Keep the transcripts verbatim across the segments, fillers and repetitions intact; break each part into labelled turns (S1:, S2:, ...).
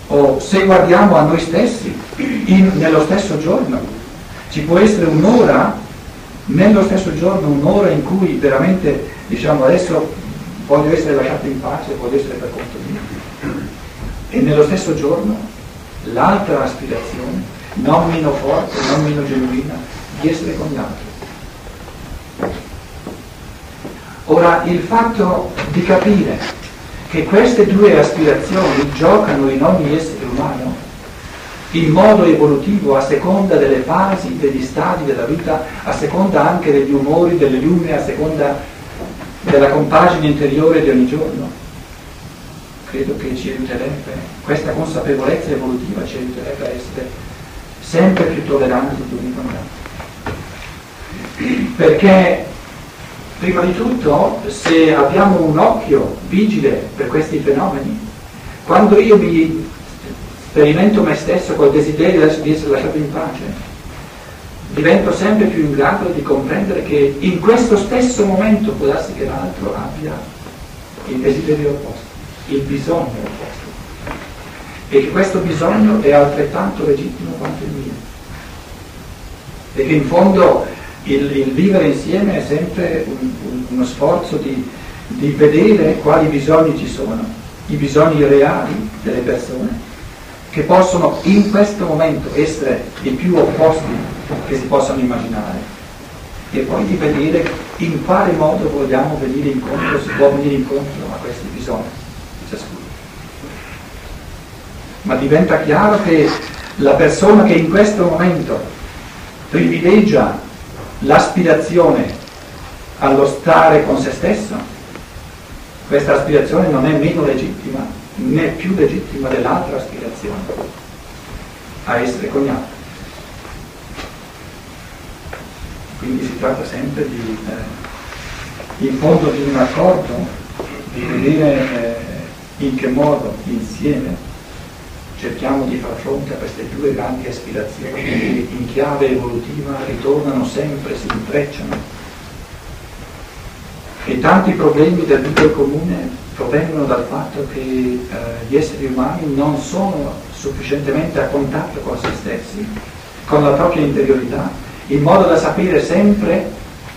S1: O se guardiamo a noi stessi, in, nello stesso giorno, ci può essere un'ora, nello stesso giorno, un'ora in cui veramente diciamo adesso voglio essere lasciato in pace, voglio essere per conto mio. E nello stesso giorno l'altra aspirazione, non meno forte, non meno genuina, di essere con gli altri. Ora, il fatto di capire che queste due aspirazioni giocano in ogni essere umano in modo evolutivo a seconda delle fasi, degli stadi della vita, a seconda anche degli umori, delle lume, a seconda della compagine interiore di ogni giorno, credo che ci aiuterebbe, questa consapevolezza evolutiva ci aiuterebbe a essere sempre più tolleranti gli uni con gli altri. Perché prima di tutto, se abbiamo un occhio vigile per questi fenomeni, quando io mi sperimento me stesso col desiderio di essere lasciato in pace, divento sempre più in grado di comprendere che in questo stesso momento può darsi che l'altro abbia il desiderio opposto, il bisogno opposto, e che questo bisogno è altrettanto legittimo quanto il mio, e che in fondo il, il vivere insieme è sempre un, un, uno sforzo di, di vedere quali bisogni ci sono, i bisogni reali delle persone, che possono in questo momento essere i più opposti che si possano immaginare, e poi di vedere in quale modo vogliamo venire incontro, si può venire incontro a questi bisogni di ciascuno. Ma diventa chiaro che la persona che in questo momento privilegia l'aspirazione allo stare con se stesso, questa aspirazione non è meno legittima né più legittima dell'altra aspirazione a essere con gli altri. Quindi si tratta sempre di, eh, in fondo di un accordo, di vedere eh, in che modo insieme cerchiamo di far fronte a queste due grandi aspirazioni che in chiave evolutiva ritornano sempre, si intrecciano. E tanti problemi del vivere comune provengono dal fatto che eh, gli esseri umani non sono sufficientemente a contatto con se stessi, con la propria interiorità, in modo da sapere sempre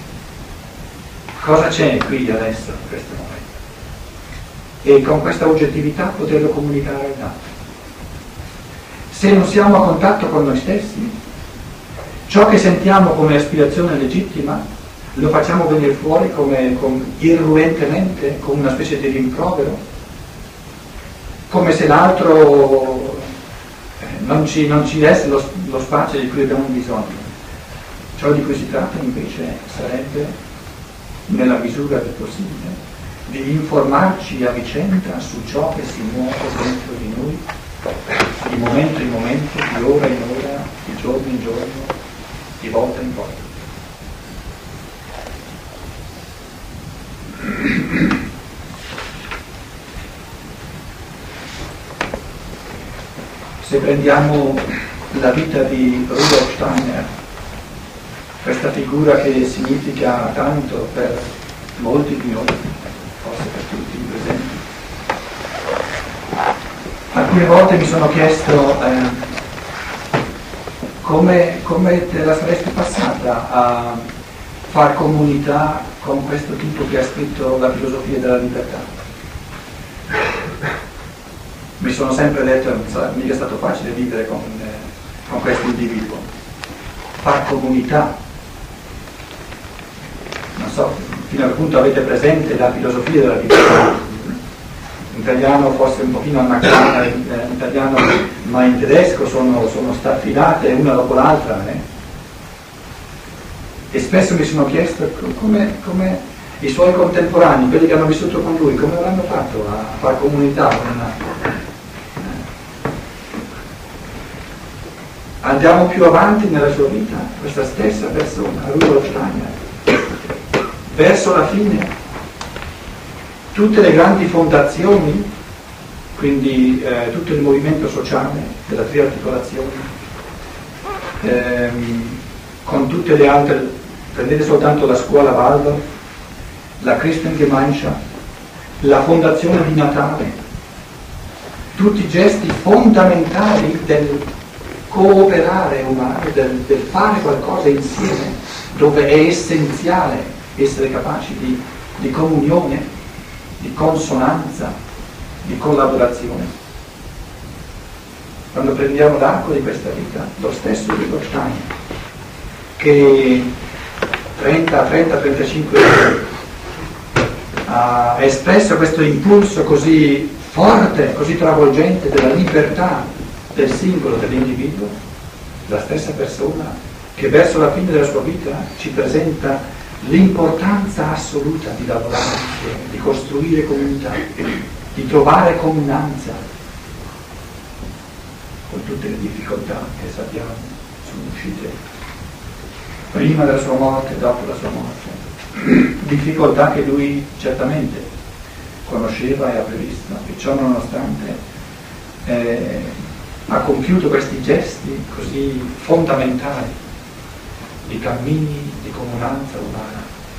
S1: cosa c'è qui adesso, in questo momento, e con questa oggettività poterlo comunicare agli altri. Se non siamo a contatto con noi stessi, ciò che sentiamo come aspirazione legittima lo facciamo venire fuori come, come irruentemente, come una specie di rimprovero, come se l'altro eh, non, ci, non ci desse lo, lo spazio di cui abbiamo bisogno. Ciò di cui si tratta invece sarebbe, nella misura del possibile, di informarci a vicenda su ciò che si muove dentro di noi, di momento in momento, di ora in ora, di giorno in giorno, di volta in volta. Se prendiamo la vita di Rudolf Steiner, questa figura che significa tanto per molti di noi, forse per tutti i presenti, alcune volte mi sono chiesto eh, come, come te la saresti passata a far comunità con questo tipo che ha scritto la filosofia della libertà. Mi sono sempre detto, non sarà mica stato facile vivere con, eh, con questo individuo, far comunità. Non so fino a che punto avete presente la filosofia della libertà. In italiano forse un pochino anacrona, in italiano, ma in tedesco sono, sono staffilate una dopo l'altra. Eh? E spesso mi sono chiesto come, come i suoi contemporanei, quelli che hanno vissuto con lui, come avranno fatto a fare comunità. Una... Andiamo più avanti nella sua vita, questa stessa persona, Rudolf Steiner, verso la fine, tutte le grandi fondazioni, quindi eh, tutto il movimento sociale della triarticolazione, ehm, con tutte le altre, prendete soltanto la scuola Waldorf, la Christengemeinschaft, la fondazione di Natale, tutti gesti fondamentali del cooperare umano, del, del fare qualcosa insieme, dove è essenziale essere capaci di, di comunione, di consonanza, di collaborazione. Quando prendiamo l'arco di questa vita, lo stesso Rudolf Steiner, che trenta trentacinque anni ha espresso questo impulso così forte, così travolgente della libertà del singolo, dell'individuo, la stessa persona che verso la fine della sua vita ci presenta l'importanza assoluta di lavorare insieme, di costruire comunità, di trovare comunanza, con tutte le difficoltà che sappiamo sono uscite prima della sua morte e dopo la sua morte, difficoltà che lui certamente conosceva e ha previsto, e ciò nonostante eh, ha compiuto questi gesti così fondamentali di cammini di comunanza umana.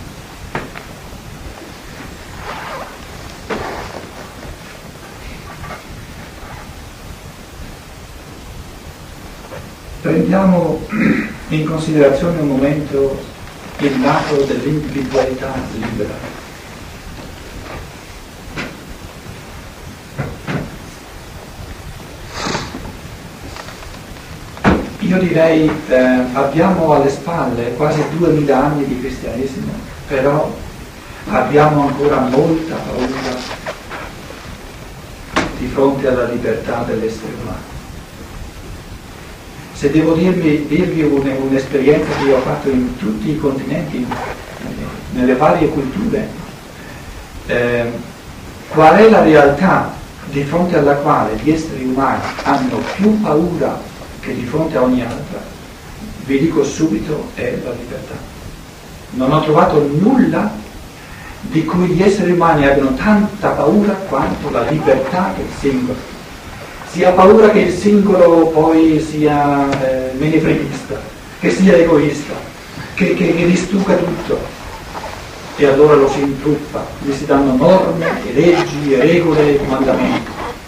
S1: Prendiamo in considerazione un momento il lato dell'individualità libera. Io direi eh, abbiamo alle spalle quasi duemila anni di cristianesimo, però abbiamo ancora molta paura di fronte alla libertà dell'essere umano. Se devo dirvi, dirvi un, un'esperienza che io ho fatto in tutti i continenti, nelle varie culture, eh, qual è la realtà di fronte alla quale gli esseri umani hanno più paura che di fronte a ogni altra, vi dico subito, è la libertà. Non ho trovato nulla di cui gli esseri umani abbiano tanta paura quanto la libertà del singolo. Si ha paura che il singolo poi sia eh, menefreghista, che sia egoista, che, che, che distrugga tutto, e allora lo si intruppa, gli si danno norme, e leggi, e regole, e comandamenti.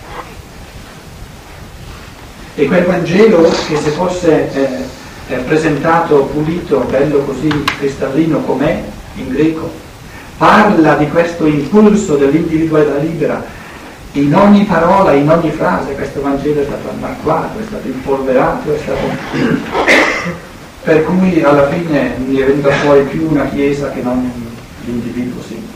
S1: E quel Vangelo, che se fosse eh, eh, presentato pulito, bello così cristallino com'è in greco, parla di questo impulso dell'individualità libera. In ogni parola, in ogni frase, questo Vangelo è stato annacquato, è stato impolverato, è stato... per cui alla fine ne è venuta fuori più una chiesa che non l'individuo singolo.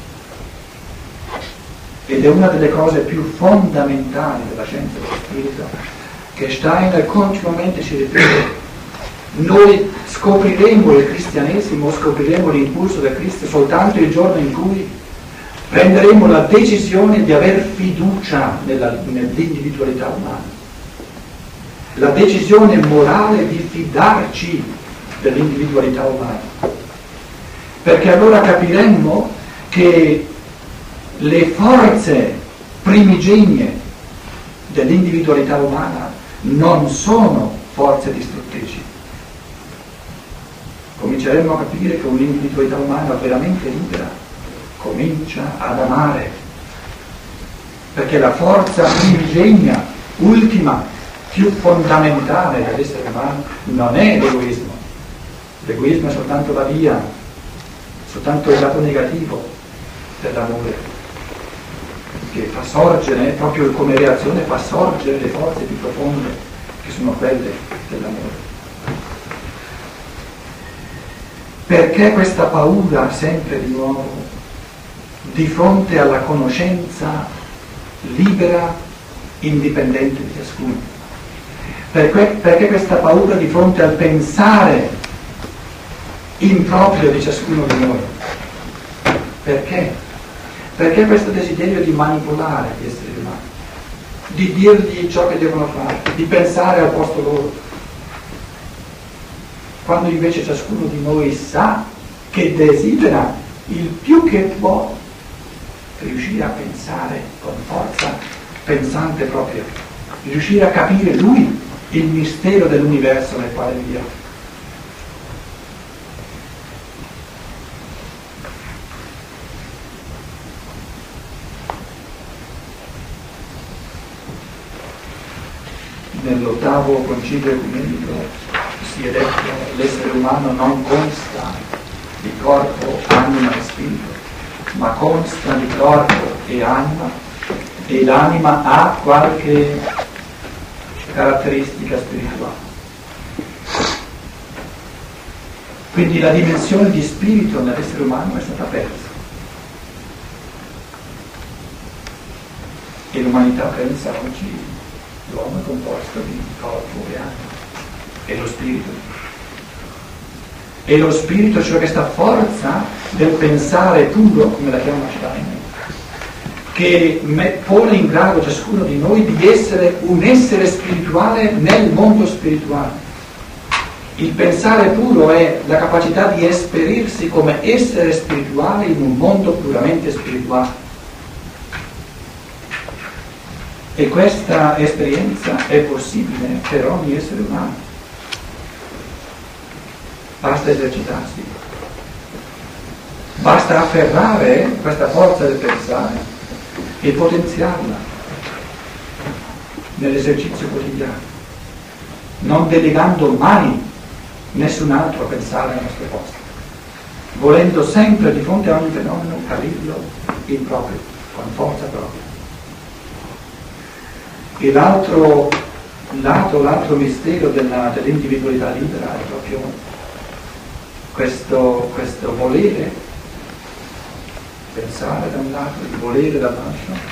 S1: Ed è una delle cose più fondamentali della scienza dello spirito, che Steiner continuamente ci ripete. Noi scopriremo il cristianesimo, scopriremo l'impulso del Cristo soltanto il giorno in cui prenderemo la decisione di aver fiducia nella, nell'individualità umana, la decisione morale di fidarci dell'individualità umana, perché allora capiremmo che le forze primigenie dell'individualità umana non sono forze distruttrici. Cominceremo a capire che un'individualità umana veramente libera comincia ad amare, perché la forza primigenia, ultima, più fondamentale dell'essere umano non è l'egoismo. L'egoismo è soltanto la via, soltanto il lato negativo dell'amore, che fa sorgere, proprio come reazione, fa sorgere le forze più profonde, che sono quelle dell'amore. Perché questa paura sempre di nuovo di fronte alla conoscenza libera, indipendente di ciascuno? Perché, perché questa paura di fronte al pensare improprio di ciascuno di noi? Perché? Perché questo desiderio di manipolare gli esseri umani, di dirgli ciò che devono fare, di pensare al posto loro, quando invece ciascuno di noi sa che desidera il più che può riuscire a pensare con forza pensante propria, riuscire a capire lui il mistero dell'universo nel quale viviamo. nell'ottavo concilio ecumenico si è detto l'essere umano non consta di corpo, anima e spirito, ma consta di corpo e anima, e l'anima ha qualche caratteristica spirituale. Quindi la dimensione di spirito nell'essere umano è stata persa. E l'umanità pensa oggi l'uomo è composto di corpo e anima, e lo spirito. E lo spirito, cioè questa forza del pensare puro, come la chiama Steiner, che pone in grado ciascuno di noi di essere un essere spirituale nel mondo spirituale. Il pensare puro è la capacità di esperirsi come essere spirituale in un mondo puramente spirituale. E questa esperienza è possibile per ogni essere umano. Basta esercitarsi. Basta afferrare questa forza del pensare e potenziarla nell'esercizio quotidiano, non delegando mai nessun altro a pensare alle nostre cose, volendo sempre di fronte a ogni fenomeno capirlo in proprio, con forza propria. E l'altro lato, l'altro mistero della, dell'individualità libera è proprio questo, questo volere, pensare da un lato, il volere dall'altro,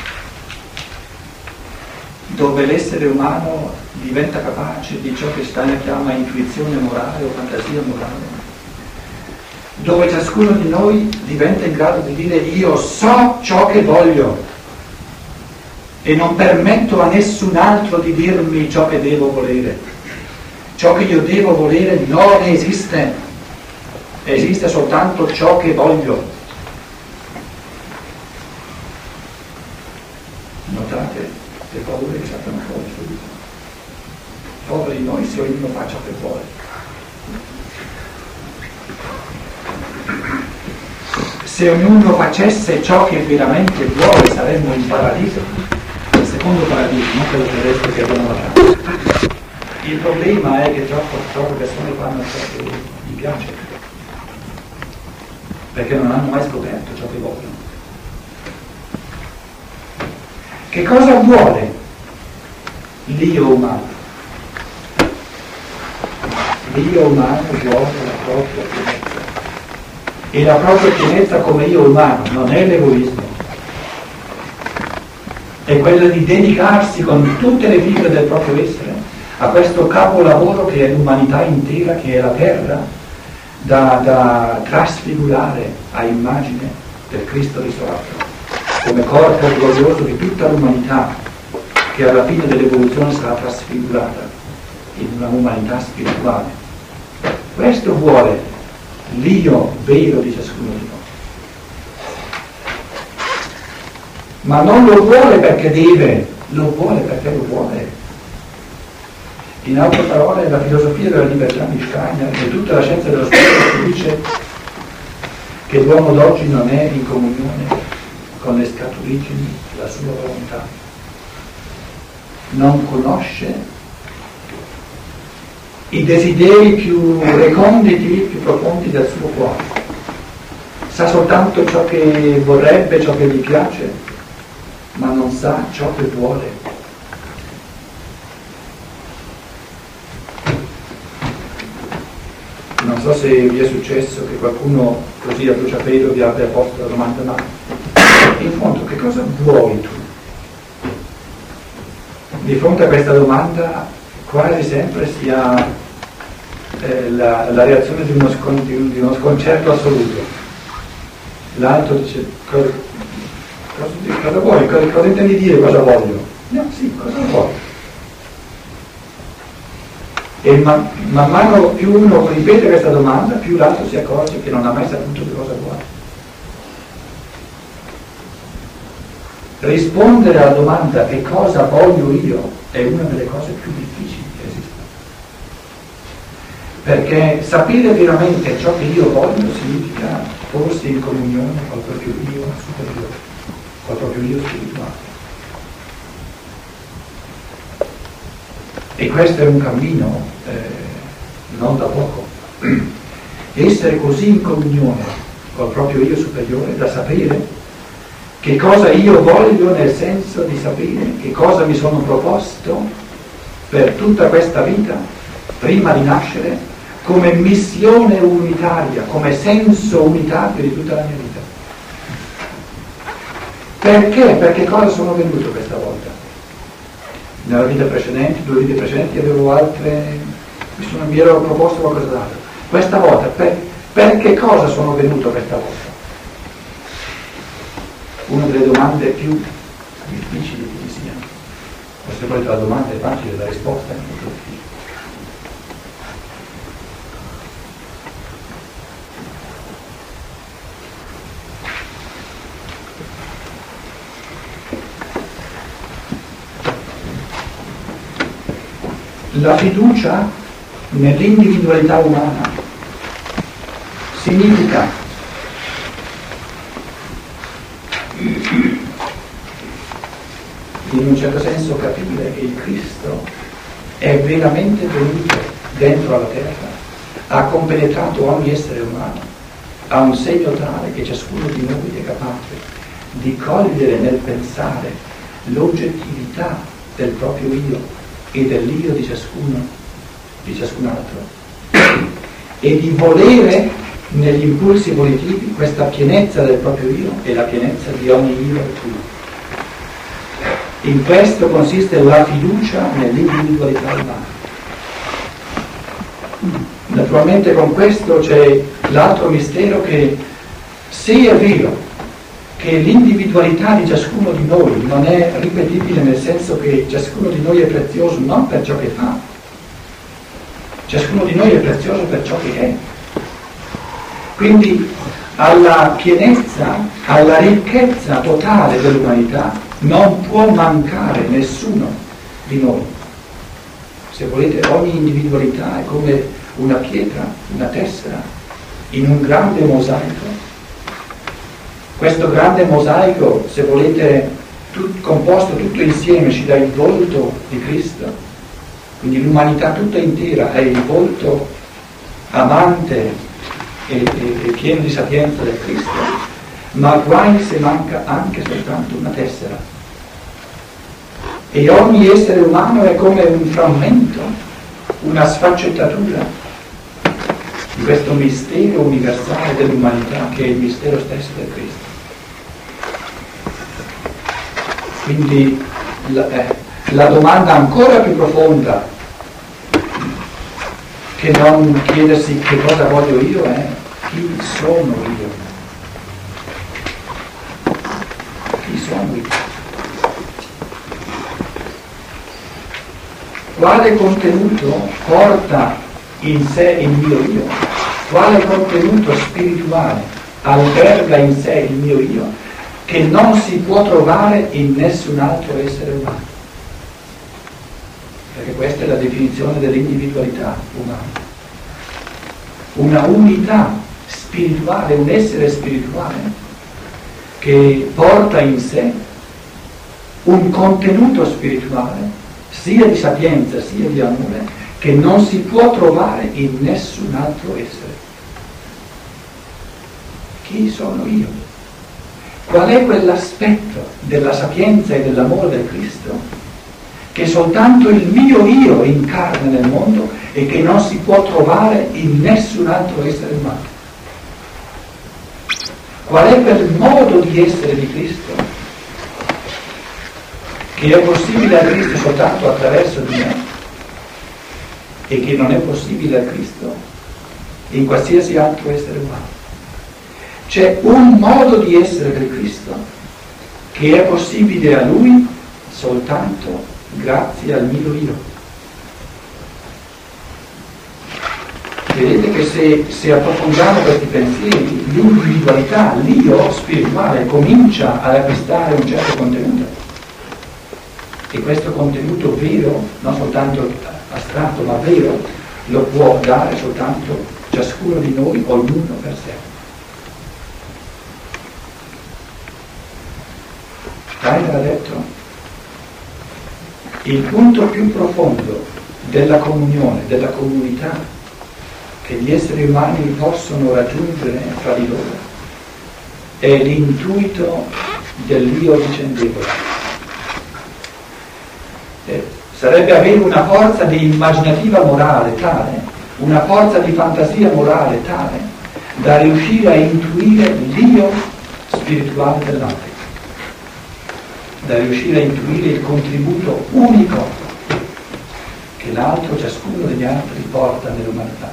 S1: dove l'essere umano diventa capace di ciò che Steiner chiama intuizione morale o fantasia morale, dove ciascuno di noi diventa in grado di dire io so ciò che voglio e non permetto a nessun altro di dirmi ciò che devo volere. Ciò che io devo volere non esiste, esiste soltanto ciò che voglio. Notate le paure che saltano fuori subito. Poveri noi se ognuno fa ciò che vuole. Se ognuno facesse ciò che veramente vuole saremmo in paradiso. Il secondo paradiso, non quello terrestre che abbiamo lasciato. Il problema è che troppo, troppe persone fanno ciò che gli piace, perché non hanno mai scoperto ciò che vogliono. Che cosa vuole l'io umano? L'io umano vuole la propria pienezza. E la propria pienezza come io umano non è l'egoismo, è quella di dedicarsi con tutte le fibre del proprio essere a questo capolavoro che è l'umanità intera, che è la terra, da, da trasfigurare a immagine del Cristo risorto, come corpo glorioso di tutta l'umanità, che alla fine dell'evoluzione sarà trasfigurata in una umanità spirituale. Questo vuole l'io vero di ciascuno di noi. Ma non lo vuole perché deve, lo vuole perché lo vuole. In altre parole, la filosofia della libertà di Steiner e tutta la scienza dello spirito dice che l'uomo d'oggi non è in comunione con le scaturigini della sua volontà, non conosce i desideri più reconditi, più profondi del suo cuore, sa soltanto ciò che vorrebbe, ciò che gli piace, ma non sa ciò che vuole. Non so se vi è successo che qualcuno così a bruciapelo vi abbia posto la domanda, ma in fondo che cosa vuoi tu? Di fronte a questa domanda quasi sempre si ha eh, la, la reazione di uno, scon, di, un, di uno sconcerto assoluto. L'altro dice cosa, cosa, cosa vuoi? Cosa, cosa intendi dire cosa voglio? No, sì, cosa vuoi? E man, man mano più uno ripete questa domanda, più l'altro si accorge che non ha mai saputo che cosa vuole. Rispondere alla domanda che cosa voglio io è una delle cose più difficili che esistono. Perché sapere veramente ciò che io voglio significa porsi in comunione col proprio io superiore, col proprio io spirituale. E questo è un cammino eh, non da poco. Essere così in comunione col proprio io superiore da sapere che cosa io voglio, nel senso di sapere che cosa mi sono proposto per tutta questa vita, prima di nascere, come missione unitaria, come senso unitario di tutta la mia vita. Perché? Perché cosa sono venuto questa volta? Nella vita precedente, due vite precedenti avevo altre, mi, sono, mi ero proposto qualcosa d'altro. Questa volta, per, per che cosa sono venuto questa volta? Una delle domande più difficili che ci siano. Se volete la domanda è facile, la risposta è molto difficile. La fiducia nell'individualità umana significa in un certo senso capire che il Cristo è veramente venuto dentro alla terra, ha compenetrato ogni essere umano, ha un segno tale che ciascuno di noi è capace di cogliere nel pensare l'oggettività del proprio io e dell'io di ciascuno, di ciascun altro, e di volere negli impulsi volitivi questa pienezza del proprio io e la pienezza di ogni io altrui. In questo consiste la fiducia nell'individualità umana. Naturalmente con questo c'è l'altro mistero che, se è vero che l'individualità di ciascuno di noi non è ripetibile, nel senso che ciascuno di noi è prezioso non per ciò che fa, ciascuno di noi è prezioso per ciò che è. Quindi alla pienezza, alla ricchezza totale dell'umanità non può mancare nessuno di noi. Se volete, ogni individualità è come una pietra, una tessera in un grande mosaico. Questo grande mosaico, se volete, tut, composto tutto insieme, ci dà il volto di Cristo, quindi l'umanità tutta intera è il volto amante e, e, e pieno di sapienza del Cristo, ma guai se manca anche soltanto una tessera. E ogni essere umano è come un frammento, una sfaccettatura di questo mistero universale dell'umanità che è il mistero stesso del Cristo. Quindi la, eh, la domanda ancora più profonda che non chiedersi che cosa voglio io è chi sono io? Chi sono io? Quale contenuto porta in sé il mio io? Quale contenuto spirituale alberga in sé il mio io che non si può trovare in nessun altro essere umano? Perché questa è la definizione dell'individualità umana. Una unità spirituale, un essere spirituale che porta in sé un contenuto spirituale sia di sapienza sia di amore che non si può trovare in nessun altro essere. Chi sono io? Qual è quell'aspetto della sapienza e dell'amore del Cristo che soltanto il mio io incarna nel mondo e che non si può trovare in nessun altro essere umano? Qual è quel modo di essere di Cristo che è possibile a Cristo soltanto attraverso di me e che non è possibile a Cristo in qualsiasi altro essere umano? C'è un modo di essere del Cristo che è possibile a Lui soltanto grazie al mio io. Vedete che se, se approfondiamo questi pensieri, l'individualità, l'io spirituale comincia ad acquistare un certo contenuto. E questo contenuto vero, non soltanto astratto ma vero, lo può dare soltanto ciascuno di noi, ognuno per sé. Steiner ha detto: il punto più profondo della comunione, della comunità che gli esseri umani possono raggiungere fra di loro è l'intuito dell'io vicendevole. Eh, sarebbe avere una forza di immaginativa morale tale, una forza di fantasia morale tale, da riuscire a intuire l'io spirituale dell'altro, da riuscire a intuire il contributo unico che l'altro, ciascuno degli altri, porta nell'umanità.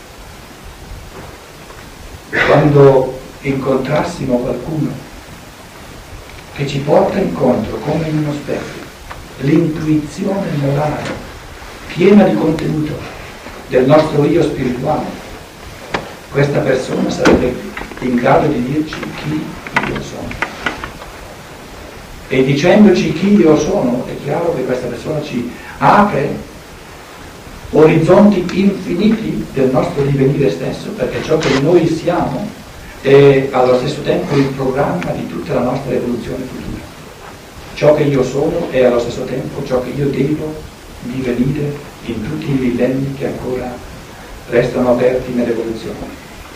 S1: Quando incontrassimo qualcuno che ci porta incontro come in uno specchio l'intuizione morale piena di contenuto del nostro io spirituale, questa persona sarebbe in grado di dirci chi io sono. E dicendoci chi io sono, è chiaro che questa persona ci apre orizzonti infiniti del nostro divenire stesso, perché ciò che noi siamo è allo stesso tempo il programma di tutta la nostra evoluzione futura. Ciò che io sono è allo stesso tempo ciò che io devo divenire in tutti i millenni che ancora restano aperti nell'evoluzione.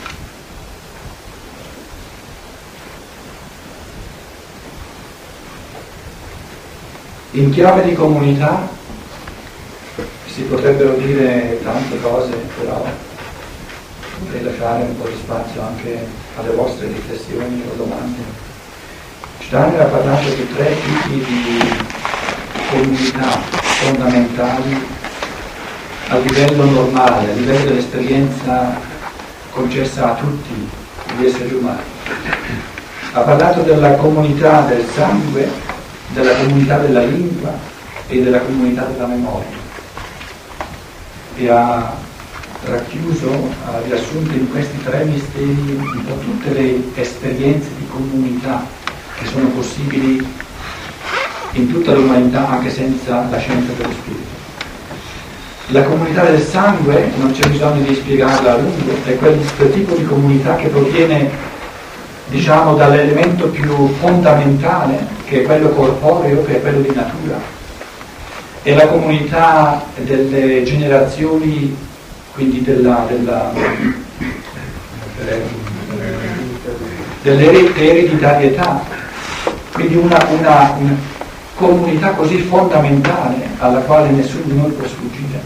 S1: In chiave di comunità si potrebbero dire tante cose, però vorrei lasciare un po' di spazio anche alle vostre riflessioni o domande. Steiner ha parlato di tre tipi di comunità fondamentali a livello normale, a livello dell'esperienza concessa a tutti gli esseri umani. Ha parlato della comunità del sangue, della comunità della lingua e della comunità della memoria. E ha racchiuso, ha riassunto in questi tre misteri un po' tutte le esperienze di comunità che sono possibili in tutta l'umanità anche senza la scienza dello spirito. La comunità del sangue, non c'è bisogno di spiegarla a lungo, è quel, quel tipo di comunità che proviene, diciamo, dall'elemento più fondamentale, che è quello corporeo, che è quello di natura. È la comunità delle generazioni, quindi della, della, dell'ereditarietà, quindi una, una, una comunità così fondamentale alla quale nessuno di noi può sfuggire.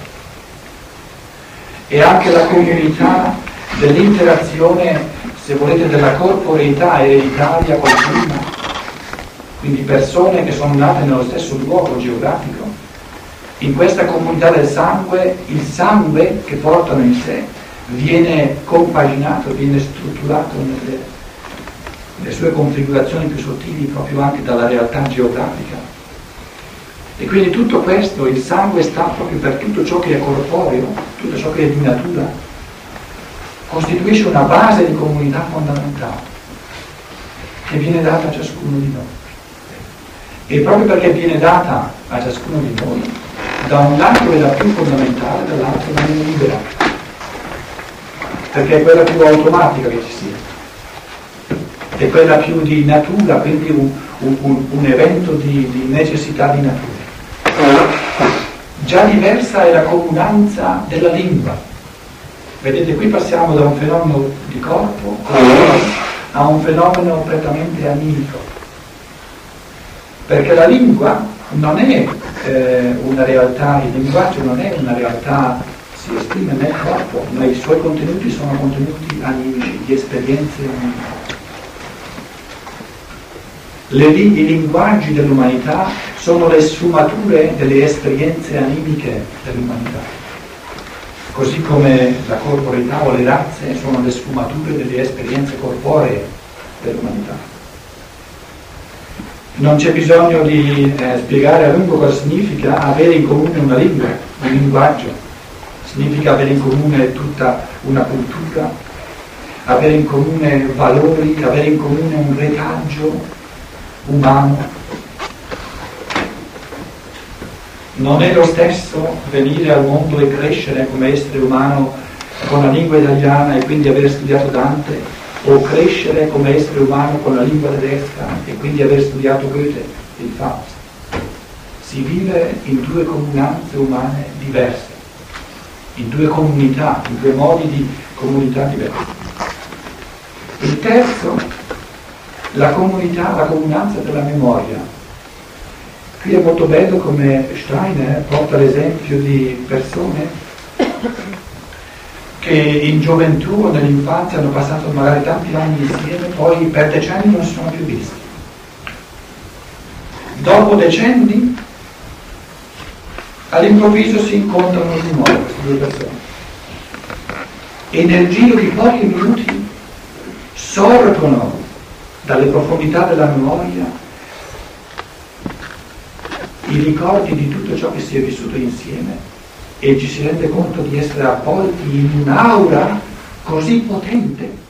S1: E anche la comunità dell'interazione, se volete, della corporeità ereditaria col clima, quindi persone che sono nate nello stesso luogo geografico. In questa comunità del sangue, il sangue che portano in sé viene compaginato, viene strutturato nelle, nelle sue configurazioni più sottili proprio anche dalla realtà geografica. E quindi tutto questo, il sangue sta proprio per tutto ciò che è corporeo, tutto ciò che è di natura, costituisce una base di comunità fondamentale che viene data a ciascuno di noi. E proprio perché viene data a ciascuno di noi, da un lato è la più fondamentale, dall'altro la meno libera, perché è quella più automatica che ci sia, è quella più di natura, quindi un, un, un evento di, di necessità di natura. Già diversa è la comunanza della lingua. Vedete, qui passiamo da un fenomeno di corpo a un fenomeno prettamente animico, perché la lingua non è eh, una realtà, il linguaggio non è una realtà, si esprime nel corpo, ma i suoi contenuti sono contenuti animici, di esperienze animiche. Le, I linguaggi dell'umanità sono le sfumature delle esperienze animiche dell'umanità, così come la corporeità o le razze sono le sfumature delle esperienze corporee dell'umanità. Non c'è bisogno di eh, spiegare a lungo cosa significa avere in comune una lingua, un linguaggio. Significa avere in comune tutta una cultura, avere in comune valori, avere in comune un retaggio umano. Non è lo stesso venire al mondo e crescere come essere umano con la lingua italiana e quindi aver studiato Dante, o crescere come essere umano con la lingua tedesca e quindi aver studiato Goethe, il Faust. Si vive in due comunanze umane diverse. in due comunità, in due modi di comunità diverse. Il terzo, la comunità, la comunanza della memoria. Qui è molto bello come Steiner porta l'esempio di persone che in gioventù o nell'infanzia hanno passato magari tanti anni insieme, poi per decenni non si sono più visti. Dopo decenni all'improvviso si incontrano di nuovo queste due persone e nel giro di pochi minuti sorgono dalle profondità della memoria i ricordi di tutto ciò che si è vissuto insieme e ci si rende conto di essere avvolti in un'aura così potente